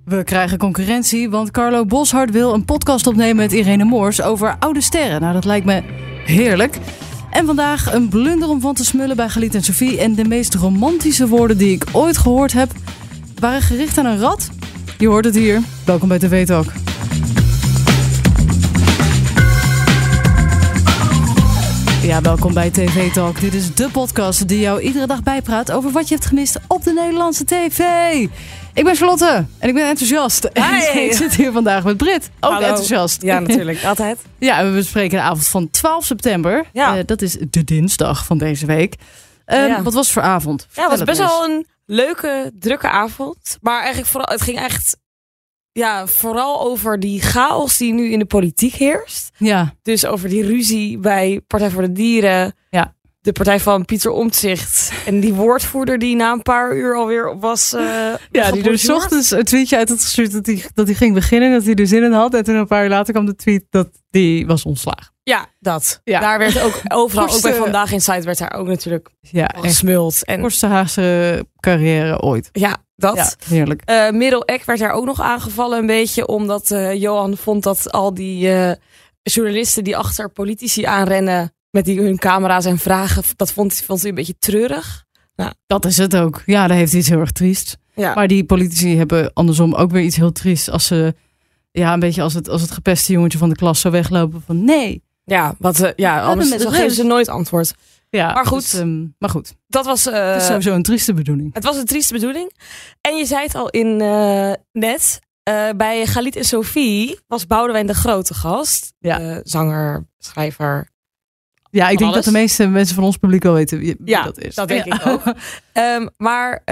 We krijgen concurrentie, want Carlo Boszhard wil een podcast opnemen met Irene Moors over oude sterren. Nou, dat lijkt me heerlijk. En vandaag een blunder om van te smullen bij Galit en Sophie. En de meest romantische woorden die ik ooit gehoord heb, waren gericht aan een rat. Je hoort het hier. Welkom bij TV Talk. Ja, welkom bij TV Talk. Dit is de podcast die jou iedere dag bijpraat over wat je hebt gemist op de Nederlandse tv. Ik ben Charlotte en ik ben enthousiast. En ik zit hier vandaag met Brit, ook Hallo. Enthousiast. Ja, natuurlijk. Altijd. Ja, en we bespreken de avond van 12 september. Ja. Dat is de dinsdag van deze week. Wat was het voor avond? Ja, het was best wel een leuke, drukke avond. Maar eigenlijk het ging echt vooral over die chaos die nu in de politiek heerst. Ja. Dus over die ruzie bij Partij voor de Dieren. Ja. De partij van Pieter Omtzigt. En die woordvoerder die na een paar uur alweer was... die dus 's ochtends een tweetje uit had gestuurd dat hij ging beginnen. Dat hij er zin in had. En toen een paar uur later kwam de tweet dat die was ontslagen. Ja, dat. Ja. Daar werd ook overal, ook bij Vandaag Inside, werd daar ook natuurlijk gesmuld. En kortste Haagse carrière ooit. Ja, dat. Ja, heerlijk. Middelek werd daar ook nog aangevallen een beetje. Omdat Johan vond dat al die journalisten die achter politici aanrennen met hun camera's en vragen, dat vond hij een beetje treurig. Nou, dat is het ook. Ja, daar heeft hij iets heel erg triest. Ja. Maar die politici hebben andersom ook weer iets heel triest. Als ze, een beetje als het gepeste jongetje van de klas zou weglopen van nee. Ja, anders geven ze nooit antwoord. Ja, maar goed. Dus, dat was het is sowieso een trieste bedoeling. Het was een trieste bedoeling. En je zei het al net. Bij Galit en Sophie was Boudewijn de Grote gast. Ja. Zanger, schrijver. Ja, ik denk dat de meeste mensen van ons publiek wel weten wie dat is. Dat denk ik ook. Maar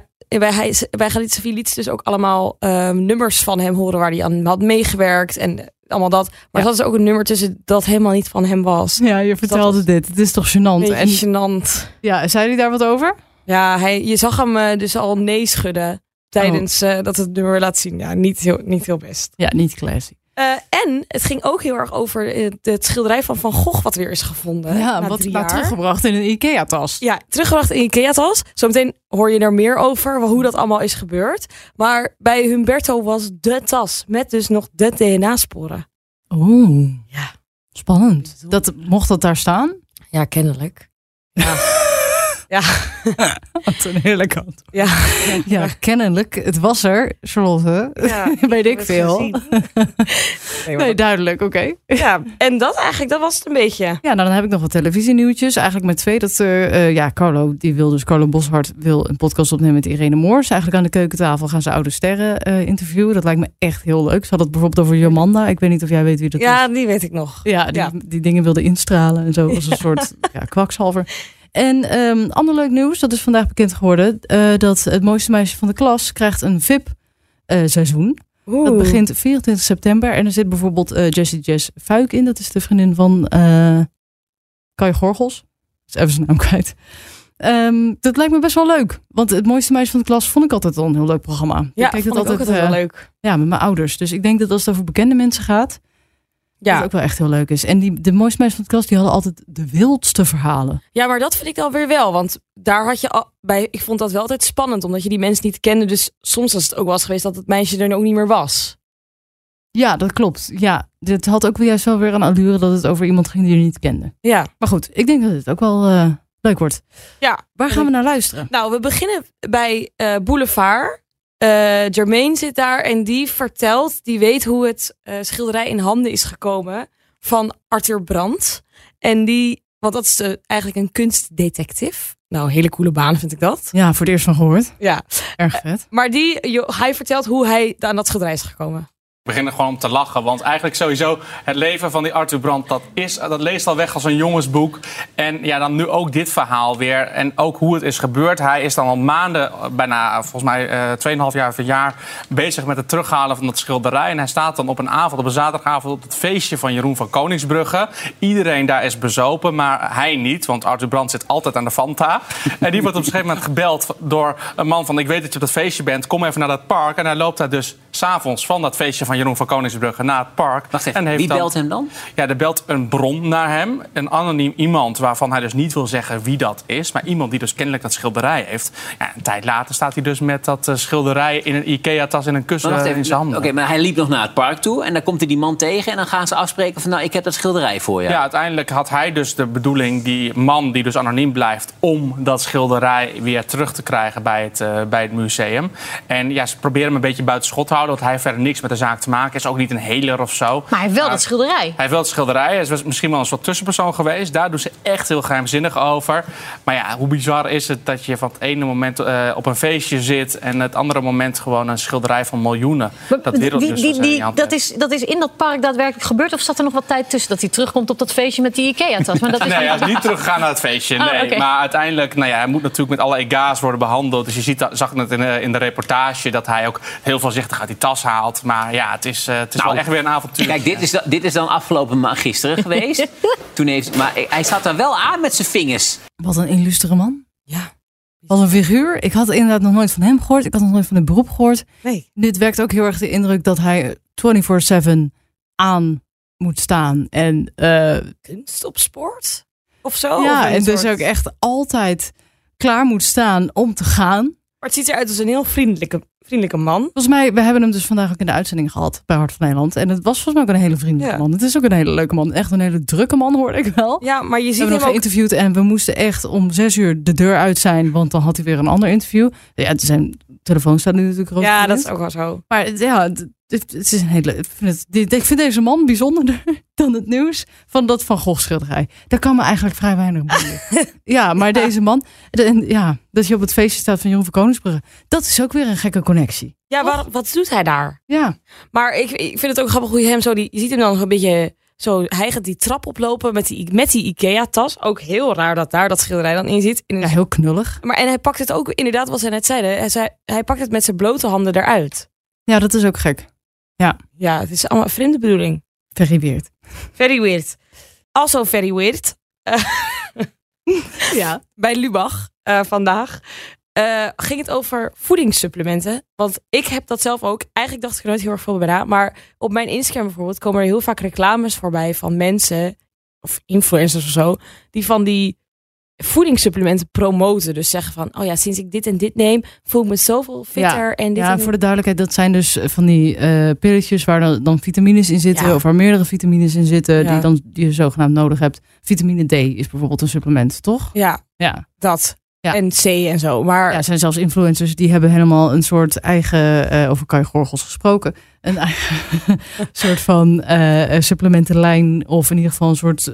bij Galit en Sophie liet ze dus ook allemaal nummers van hem horen waar hij aan had meegewerkt en allemaal dat. Maar dat is ook een nummer tussen dat helemaal niet van hem was. Ja, je vertelde dit. Het is toch gênant. Gênant. Ja, zei hij daar wat over? Ja, je zag hem dus al nee schudden tijdens dat het nummer laat zien. Ja, niet heel best. Ja, niet classy. En het ging ook heel erg over het schilderij van Van Gogh wat weer is gevonden. Ja, wat teruggebracht in een IKEA-tas. Ja, teruggebracht in een IKEA-tas. Zometeen hoor je er meer over hoe dat allemaal is gebeurd. Maar bij Humberto was de tas met dus nog de DNA-sporen. Oeh, ja, spannend. Mocht dat daar staan? Ja, kennelijk. Ja. Ja. Wat een heerlijke antwoord. Ja, kennelijk. Het was er, Charlotte. Ja, weet ik veel. Nee, duidelijk. Oké. Ja, en dat was het een beetje. Ja, nou dan heb ik nog wat televisienieuwtjes. Eigenlijk met twee. Carlo Boszhard wil een podcast opnemen met Irene Moors. Eigenlijk aan de keukentafel gaan ze oude sterren interviewen. Dat lijkt me echt heel leuk. Ze had het bijvoorbeeld over Jomanda. Ik weet niet of jij weet wie dat is. Ja, die weet ik nog. Ja, die dingen wilde instralen en zo. Als een soort kwakzalver. En ander leuk nieuws, dat is vandaag bekend geworden, dat het mooiste meisje van de klas krijgt een VIP-seizoen. Dat begint 24 september. En er zit bijvoorbeeld Jessie Jess Fuik in. Dat is de vriendin van Kai Gorgels. Dat is even zijn naam kwijt. Dat lijkt me best wel leuk. Want het mooiste meisje van de klas vond ik altijd al een heel leuk programma. Ja, vond ik altijd wel leuk. Ja, met mijn ouders. Dus ik denk dat als het over bekende mensen gaat, dat het ook wel echt heel leuk is. En de mooiste mensen van de klas, die hadden altijd de wildste verhalen. Ja, maar dat vind ik dan weer wel. Want daar had je al bij. Ik vond dat wel altijd spannend, omdat je die mensen niet kende. Dus soms was het ook wel eens geweest dat het meisje er ook niet meer was. Ja, dat klopt. Ja, het had ook juist wel weer een allure dat het over iemand ging die je niet kende. Ja. Maar goed, ik denk dat het ook wel leuk wordt. Ja. Waar gaan we naar luisteren? Nou, we beginnen bij Boulevard. Jermaine zit daar en die weet hoe het schilderij in handen is gekomen van Arthur Brand. En want dat is eigenlijk een kunstdetective. Nou, hele coole baan vind ik dat. Ja, voor het eerst van gehoord. Ja. Erg vet. Maar hij vertelt hoe hij aan dat schilderij is gekomen. We beginnen gewoon om te lachen, want eigenlijk sowieso het leven van die Arthur Brand, dat leest al weg als een jongensboek. En ja, dan nu ook dit verhaal weer en ook hoe het is gebeurd. Hij is dan al maanden, bijna volgens mij 2,5 jaar of een jaar, bezig met het terughalen van dat schilderij. En hij staat dan op een zaterdagavond op het feestje van Jeroen van Koningsbrugge. Iedereen daar is bezopen, maar hij niet, want Arthur Brand zit altijd aan de Fanta. En die wordt op een gegeven moment gebeld door een man van, ik weet dat je op dat feestje bent, kom even naar dat park. En hij loopt daar dus 's avonds van dat feestje van van Jeroen van Koningsbrugge naar het park. Wacht even, wie belt hem dan? Ja, er belt een bron naar hem. Een anoniem iemand waarvan hij dus niet wil zeggen wie dat is. Maar iemand die dus kennelijk dat schilderij heeft. Ja, een tijd later staat hij dus met dat schilderij in een IKEA-tas en een kussen in zijn handen. Oké, maar hij liep nog naar het park toe en dan komt hij die man tegen en dan gaan ze afspreken van ik heb dat schilderij voor je. Ja, uiteindelijk had hij dus de bedoeling, die man die dus anoniem blijft, om dat schilderij weer terug te krijgen bij het museum. En ja, ze proberen hem een beetje buiten schot te houden, want hij heeft verder niks met de zaak te maken. Is ook niet een heler of zo. Maar hij heeft wel dat schilderij. Hij heeft wel het schilderij. Hij is misschien wel een soort tussenpersoon geweest. Daar doen ze echt heel geheimzinnig over. Maar ja, hoe bizar is het dat je van het ene moment op een feestje zit en het andere moment gewoon een schilderij van miljoenen. Dat is in dat park daadwerkelijk gebeurd, of zat er nog wat tijd tussen dat hij terugkomt op dat feestje met die IKEA-tas? Maar dat is hij is niet teruggegaan naar het feestje. Nee. Okay. Maar uiteindelijk, hij moet natuurlijk met alle ega's worden behandeld. Dus je zag het in de reportage dat hij ook heel voorzichtig uit die tas haalt. Maar ja, het is wel echt weer een avontuur. Kijk, dit is dan gisteren geweest. Maar hij zat daar wel aan met zijn vingers. Wat een illustere man. Ja. Wat een figuur. Ik had inderdaad nog nooit van hem gehoord. Ik had nog nooit van het beroep gehoord. Nee. Dit wekt ook heel erg de indruk dat hij 24/7 aan moet staan. En kunst op sport? Of zo? Ja, en dus ook echt altijd klaar moet staan om te gaan. Maar het ziet eruit als een heel vriendelijke man. Volgens mij, we hebben hem dus vandaag ook in de uitzending gehad bij Hart van Nederland. En het was volgens mij ook een hele vriendelijke man. Het is ook een hele leuke man. Echt een hele drukke man, hoorde ik wel. Ja, maar je ziet hem nog geïnterviewd en we moesten echt om 6 uur de deur uit zijn. Want dan had hij weer een ander interview. Ja, zijn telefoon staat nu natuurlijk rood. Ja, dat is ook wel zo. Maar ja, het is een hele. Ik vind deze man bijzonderder dan het nieuws van dat Van Gogh schilderij. Daar kan me eigenlijk vrij weinig boeien. Ja, maar deze man, dat je op het feestje staat van Jeroen van Koningsbrugge, dat is ook weer een gekke connectie. Ja, wat doet hij daar? Ja. Maar ik vind het ook grappig hoe je hem zo je ziet hem dan een beetje zo, hij gaat die trap oplopen met die IKEA-tas. Ook heel raar dat daar dat schilderij dan in zit. Ja, heel knullig. Maar en hij pakt het ook, inderdaad wat zij net zeiden, hij pakt het met zijn blote handen eruit. Ja, dat is ook gek. Ja, het is allemaal een vreemde bedoeling. Very weird. Very weird. Also very weird. Ja. Bij Lubach vandaag ging het over voedingssupplementen. Want ik heb dat zelf ook. Eigenlijk dacht ik er nooit heel erg veel bij na. Maar op mijn Instagram bijvoorbeeld komen er heel vaak reclames voorbij van mensen of influencers of zo, die van die voedingssupplementen promoten. Dus zeggen van, oh ja, sinds ik dit en dit neem, voel ik me zoveel fitter. En voor de duidelijkheid, dat zijn dus van die pilletjes waar dan vitamines in zitten, of waar meerdere vitamines in zitten, die dan je zogenaamd nodig hebt. Vitamine D is bijvoorbeeld een supplement, toch? Ja. Dat. Ja. En C en zo. Maar er zijn zelfs influencers die hebben helemaal een soort eigen, over Kai-Gorgels gesproken, een eigen soort van supplementenlijn, of in ieder geval een soort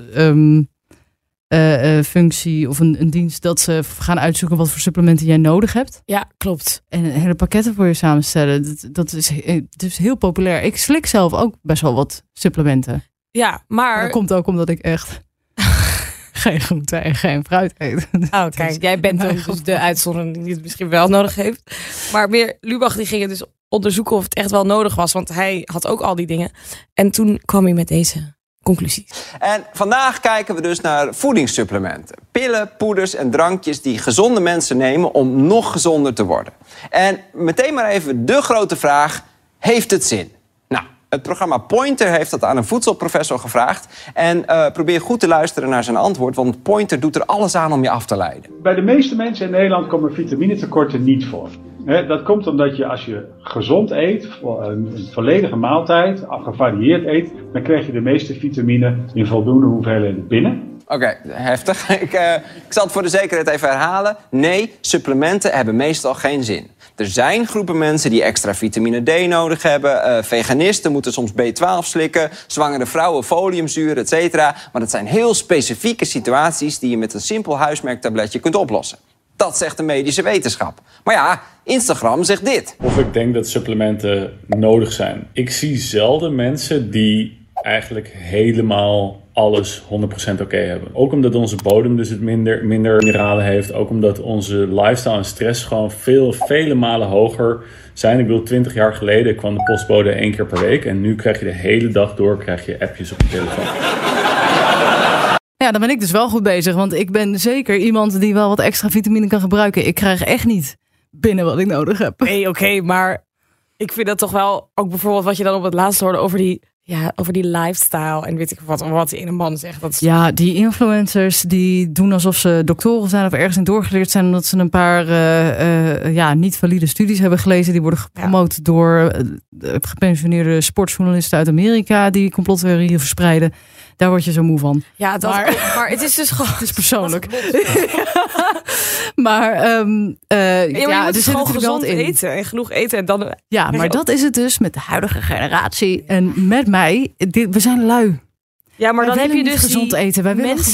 functie of een dienst dat ze gaan uitzoeken wat voor supplementen jij nodig hebt. Ja, klopt. En hele pakketten voor je samenstellen. Dat is heel populair. Ik slik zelf ook best wel wat supplementen. Ja, maar dat komt ook omdat ik echt geen groente en geen fruit eet. Oh, kijk, jij bent dan dus de uitzondering die het misschien wel nodig heeft. Maar meer Lubach die ging dus onderzoeken of het echt wel nodig was, want hij had ook al die dingen. En toen kwam hij met deze conclusies. En vandaag kijken we dus naar voedingssupplementen. Pillen, poeders en drankjes die gezonde mensen nemen om nog gezonder te worden. En meteen maar even de grote vraag, heeft het zin? Nou, het programma Pointer heeft dat aan een voedselprofessor gevraagd. En probeer goed te luisteren naar zijn antwoord, want Pointer doet er alles aan om je af te leiden. Bij de meeste mensen in Nederland komen vitaminetekorten niet voor. Dat komt omdat je als je gezond eet, een volledige maaltijd, gevarieerd eet, dan krijg je de meeste vitamine in voldoende hoeveelheden binnen. Oké, heftig. Ik zal het voor de zekerheid even herhalen. Nee, supplementen hebben meestal geen zin. Er zijn groepen mensen die extra vitamine D nodig hebben. Veganisten moeten soms B12 slikken. Zwangere vrouwen foliumzuur, etc. Maar dat zijn heel specifieke situaties die je met een simpel huismerktabletje kunt oplossen. Dat zegt de medische wetenschap. Maar ja, Instagram zegt dit. Of ik denk dat supplementen nodig zijn. Ik zie zelden mensen die eigenlijk helemaal alles 100% oké hebben. Ook omdat onze bodem dus het minder mineralen heeft. Ook omdat onze lifestyle en stress gewoon vele malen hoger zijn. Ik bedoel, 20 jaar geleden kwam de postbode 1 keer per week. En nu krijg je de hele dag door appjes op je telefoon. Ja, dan ben ik dus wel goed bezig. Want ik ben zeker iemand die wel wat extra vitamine kan gebruiken. Ik krijg echt niet binnen wat ik nodig heb. Nee, oké, maar Ik vind dat toch wel, ook bijvoorbeeld wat je dan op het laatst hoorde over die lifestyle en weet ik wat in een man zegt. Dat is... Ja, die influencers die doen alsof ze doktoren zijn of ergens in doorgeleerd zijn omdat ze een paar niet valide studies hebben gelezen. Die worden gepromoot door gepensioneerde sportjournalisten uit Amerika die complottheorieën verspreiden. Daar word je zo moe van. Ja, maar het is dus gewoon... Het is persoonlijk. Maar er zit natuurlijk wel wat in. Eten en genoeg eten. En dan... Ja, maar dat is het dus met de huidige generatie. En met mij, we zijn lui. Ja, maar dan heb je dus gezond eten.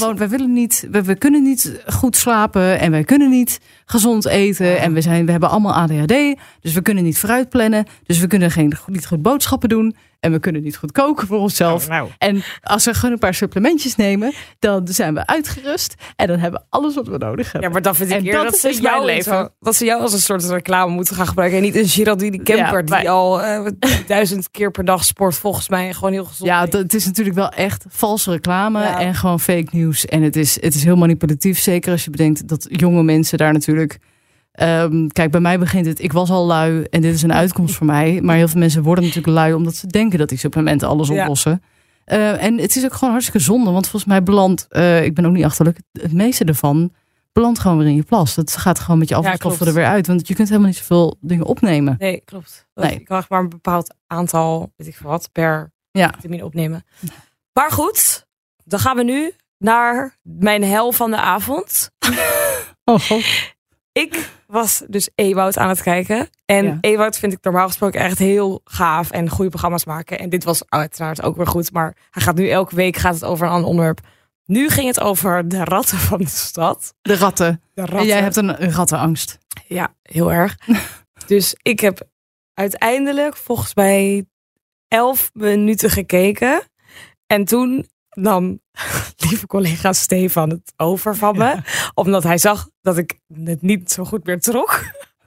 We kunnen niet goed slapen en wij kunnen niet gezond eten. En we hebben allemaal ADHD, dus we kunnen niet vooruit plannen. Dus we kunnen niet goed boodschappen doen. En we kunnen niet goed koken voor onszelf. Nou. En als we gewoon een paar supplementjes nemen, dan zijn we uitgerust. En dan hebben we alles wat we nodig hebben. Ja, maar dan vind ik eerder dat ze jouw leven, dat ze jou als een soort reclame moeten gaan gebruiken. En niet een Geraldine Kemper die al 1000 keer per dag sport volgens mij. En gewoon heel gezond. Ja, het is natuurlijk wel echt valse reclame en gewoon fake nieuws. En het is heel manipulatief. Zeker als je bedenkt dat jonge mensen daar natuurlijk... kijk, bij mij begint het. Ik was al lui en dit is een uitkomst voor mij. Maar heel veel mensen worden natuurlijk lui omdat ze denken dat die supplementen alles oplossen. En het is ook gewoon hartstikke zonde. Want volgens mij belandt, ik ben ook niet achterlijk, het meeste ervan belandt gewoon weer in je plas. Dat gaat gewoon met je afvalstoffen er weer uit. Want je kunt helemaal niet zoveel dingen opnemen. Nee, klopt. Je kan maar een bepaald aantal, weet ik veel wat, per vitamine opnemen. Maar goed, dan gaan we nu naar mijn hel van de avond. Oh god. Ik was dus Ewout aan het kijken. En Ewout vind ik normaal gesproken echt heel gaaf en goede programma's maken. En dit was uiteraard ook weer goed. Maar hij gaat nu elke week over een ander onderwerp. Nu ging het over de ratten van de stad. De ratten. En jij hebt een rattenangst. Ja, heel erg. Dus ik heb uiteindelijk volgens mij 11 minuten gekeken. En toen nam lieve collega Stefan het over van me. Omdat hij zag dat ik het niet zo goed meer trok.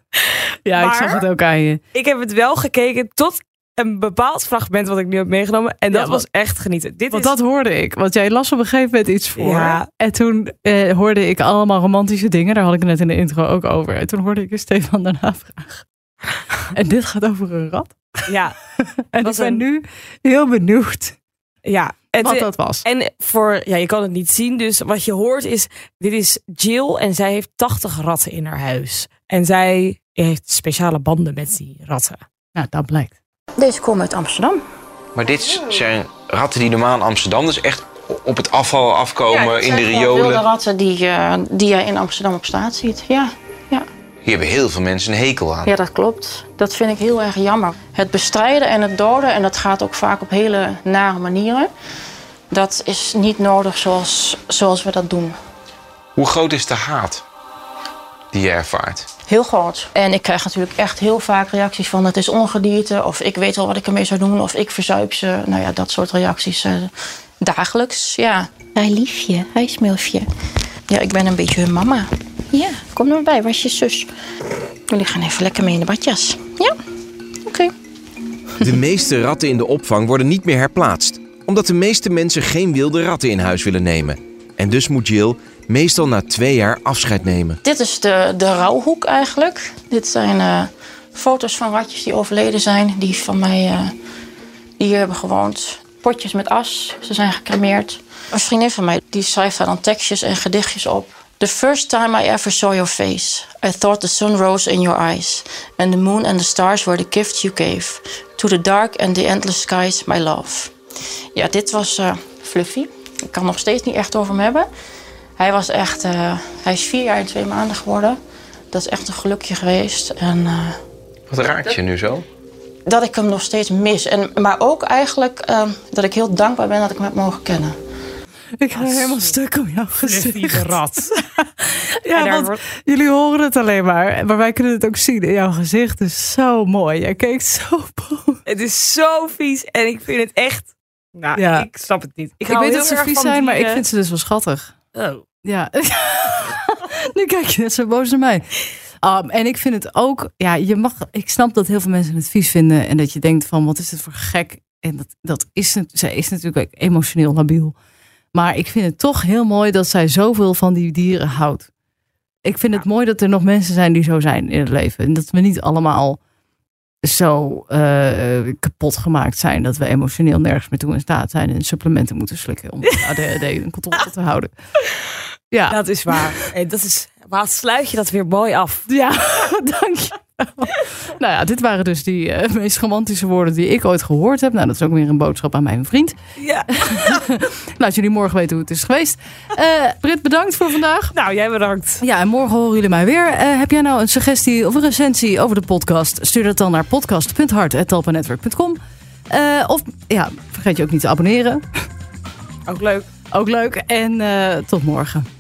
Ja, maar ik zag het ook aan je. Ik heb het wel gekeken tot een bepaald fragment wat ik nu heb meegenomen. En dat was echt genieten. Dat hoorde ik. Want jij las op een gegeven moment iets voor. Ja. En toen hoorde ik allemaal romantische dingen. Daar had ik het net in de intro ook over. En toen hoorde ik Stefan daarna vragen. En dit gaat over een rat? Ja. En ik ben nu heel benieuwd. Ja. Wat dat was. En je kan het niet zien. Dus wat je hoort is, dit is Jill en zij heeft 80 ratten in haar huis. En zij heeft speciale banden met die ratten. Nou, dat blijkt. Deze komen uit Amsterdam. Maar dit zijn ratten die normaal in Amsterdam dus echt op het afval afkomen in de riolen. Ja, wilde ratten die je in Amsterdam op straat ziet. Ja. Hier hebben heel veel mensen een hekel aan. Ja, dat klopt. Dat vind ik heel erg jammer. Het bestrijden en het doden, en dat gaat ook vaak op hele nare manieren. Dat is niet nodig zoals we dat doen. Hoe groot is de haat die je ervaart? Heel groot. En ik krijg natuurlijk echt heel vaak reacties van het is ongedierte. Of ik weet wel wat ik ermee zou doen. Of ik verzuip ze. Nou ja, dat soort reacties dagelijks. Ja. Hi liefje. Hi smilfje. Ja, ik ben een beetje hun mama. Ja, kom er maar bij. Waar is je zus? Jullie gaan even lekker mee in de badjas. Ja? Oké. De meeste ratten in de opvang worden niet meer herplaatst. Omdat de meeste mensen geen wilde ratten in huis willen nemen. En dus moet Jill meestal na 2 jaar afscheid nemen. Dit is de rouwhoek eigenlijk. Dit zijn foto's van ratjes die overleden zijn. Die van mij die hier hebben gewoond. Potjes met as. Ze zijn gecremeerd. Een vriendin van mij die schrijft daar dan tekstjes en gedichtjes op. The first time I ever saw your face, I thought the sun rose in your eyes, and the moon and the stars were the gifts you gave. To the dark and the endless skies, my love. Ja, dit was Fluffy. Ik kan nog steeds niet echt over hem hebben. Hij was echt, hij is 4 jaar en 2 maanden geworden. Dat is echt een gelukje geweest. En, wat raakt je nu zo? Dat ik hem nog steeds mis. Maar ook eigenlijk dat ik heel dankbaar ben dat ik hem heb mogen kennen. Ik ga helemaal stuk om jouw gezicht. De rat. Ja, want jullie horen het alleen maar wij kunnen het ook zien. Jouw gezicht is zo mooi. Jij kijkt zo boos. Het is zo vies en ik vind het echt... Nou, ja. Ik snap het niet. Ik weet dat ze vies zijn, maar ik vind ze dus wel schattig. Oh. Ja. Nu kijk je net zo boos naar mij. En ik vind het ook... Ja, ik snap dat heel veel mensen het vies vinden. En dat je denkt van, wat is dit voor gek? En zij is natuurlijk ook emotioneel labiel. Maar ik vind het toch heel mooi dat zij zoveel van die dieren houdt. Ik vind het mooi dat er nog mensen zijn die zo zijn in het leven. En dat we niet allemaal zo kapot gemaakt zijn dat we emotioneel nergens meer toe in staat zijn en supplementen moeten slikken om ADHD in controle te houden. Ja, dat is waar. Maar sluit je dat weer mooi af. Ja, dank je. Nou ja, dit waren dus die meest romantische woorden die ik ooit gehoord heb. Nou, dat is ook weer een boodschap aan mijn vriend. Ja. Laat jullie morgen weten hoe het is geweest. Britt, bedankt voor vandaag. Nou, jij bedankt. Ja, en morgen horen jullie mij weer. Heb jij nou een suggestie of een recensie over de podcast? Stuur dat dan naar podcast.hart@talpanetwerk.com. Of vergeet je ook niet te abonneren. Ook leuk. Ook leuk. En tot morgen.